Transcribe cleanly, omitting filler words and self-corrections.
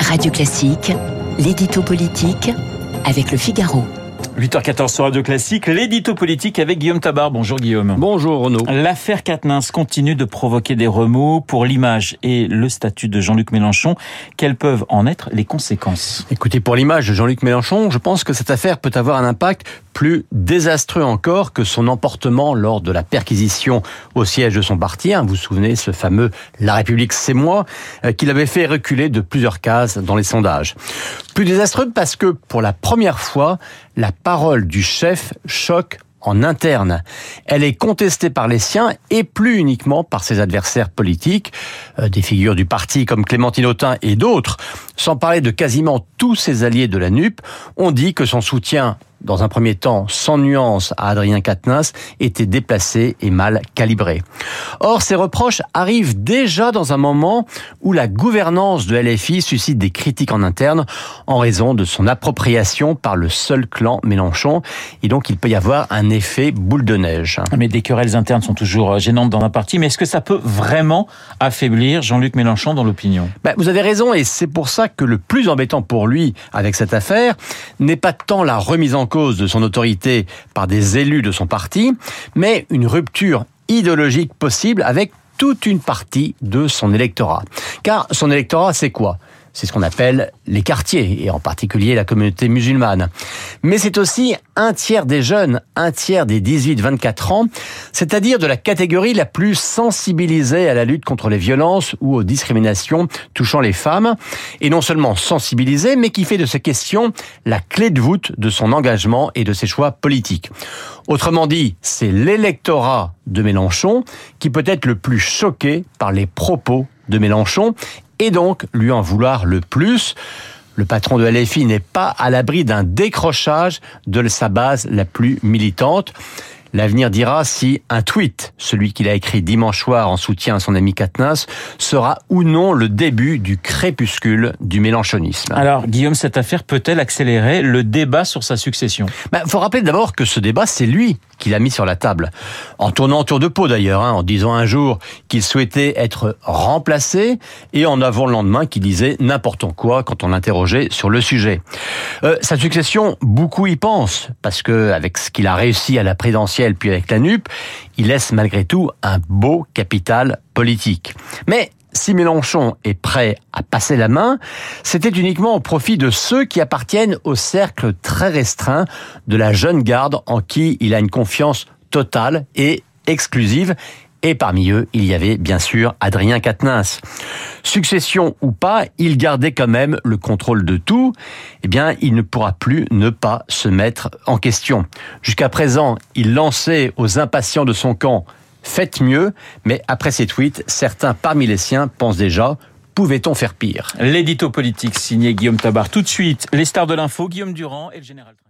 Radio Classique, l'édito politique avec Le Figaro. 8h14 sur Radio Classique, l'édito politique avec Guillaume Tabar. Bonjour Guillaume. Bonjour Renaud. L'affaire Quatennens continue de provoquer des remous pour l'image et le statut de Jean-Luc Mélenchon. Quelles peuvent en être les conséquences ? Écoutez, pour l'image de Jean-Luc Mélenchon, je pense que cette affaire peut avoir un impact plus désastreux encore que son emportement lors de la perquisition au siège de son parti. Vous vous souvenez, ce fameux « La République, c'est moi » qu'il avait fait reculer de plusieurs cases dans les sondages. Plus désastreux parce que, pour la première fois, la parole du chef choque en interne. Elle est contestée par les siens et plus uniquement par ses adversaires politiques, des figures du parti comme Clémentine Autain et d'autres. Sans parler de quasiment tous ses alliés de la NUP, on dit que son soutien, dans un premier temps sans nuance à Adrien Quatennens, était déplacé et mal calibré. Or, ces reproches arrivent déjà dans un moment où la gouvernance de LFI suscite des critiques en interne en raison de son appropriation par le seul clan Mélenchon. Et donc, il peut y avoir un effet boule de neige. Mais des querelles internes sont toujours gênantes dans un parti. Mais est-ce que ça peut vraiment affaiblir Jean-Luc Mélenchon dans l'opinion ? Vous avez raison, et c'est pour ça que le plus embêtant pour lui avec cette affaire n'est pas tant la remise en cause de son autorité par des élus de son parti, mais une rupture idéologique possible avec toute une partie de son électorat. Car son électorat, c'est quoi ? C'est ce qu'on appelle les quartiers, et en particulier la communauté musulmane. Mais c'est aussi un tiers des jeunes, un tiers des 18-24 ans, c'est-à-dire de la catégorie la plus sensibilisée à la lutte contre les violences ou aux discriminations touchant les femmes. Et non seulement sensibilisée, mais qui fait de ces questions la clé de voûte de son engagement et de ses choix politiques. Autrement dit, c'est l'électorat de Mélenchon qui peut être le plus choqué par les propos de Mélenchon et donc lui en vouloir le plus. Le patron de LFI n'est pas à l'abri d'un décrochage de sa base la plus militante. L'avenir dira si un tweet, celui qu'il a écrit dimanche soir en soutien à son ami Quatennens, sera ou non le début du crépuscule du mélenchonisme. Alors, Guillaume, cette affaire peut-elle accélérer le débat sur sa succession ? Faut rappeler d'abord que ce débat, c'est lui qui l'a mis sur la table. En tournant autour de pot d'ailleurs, en disant un jour qu'il souhaitait être remplacé et en avant le lendemain qu'il disait n'importe quoi quand on l'interrogeait sur le sujet. Sa succession, beaucoup y pensent, parce que avec ce qu'il a réussi à la présidentielle puis avec la NUP, il laisse malgré tout un beau capital politique. Mais si Mélenchon est prêt à passer la main, c'était uniquement au profit de ceux qui appartiennent au cercle très restreint de la jeune garde en qui il a une confiance totale et exclusive. Et parmi eux, il y avait bien sûr Adrien Quatennens. Succession ou pas, il gardait quand même le contrôle de tout. Il ne pourra plus ne pas se mettre en question. Jusqu'à présent, il lançait aux impatients de son camp « Faites mieux », mais après ces tweets, certains parmi les siens pensent déjà « Pouvait-on faire pire ?» L'édito politique signé Guillaume Tabar. Tout de suite, les stars de l'info, Guillaume Durand et le général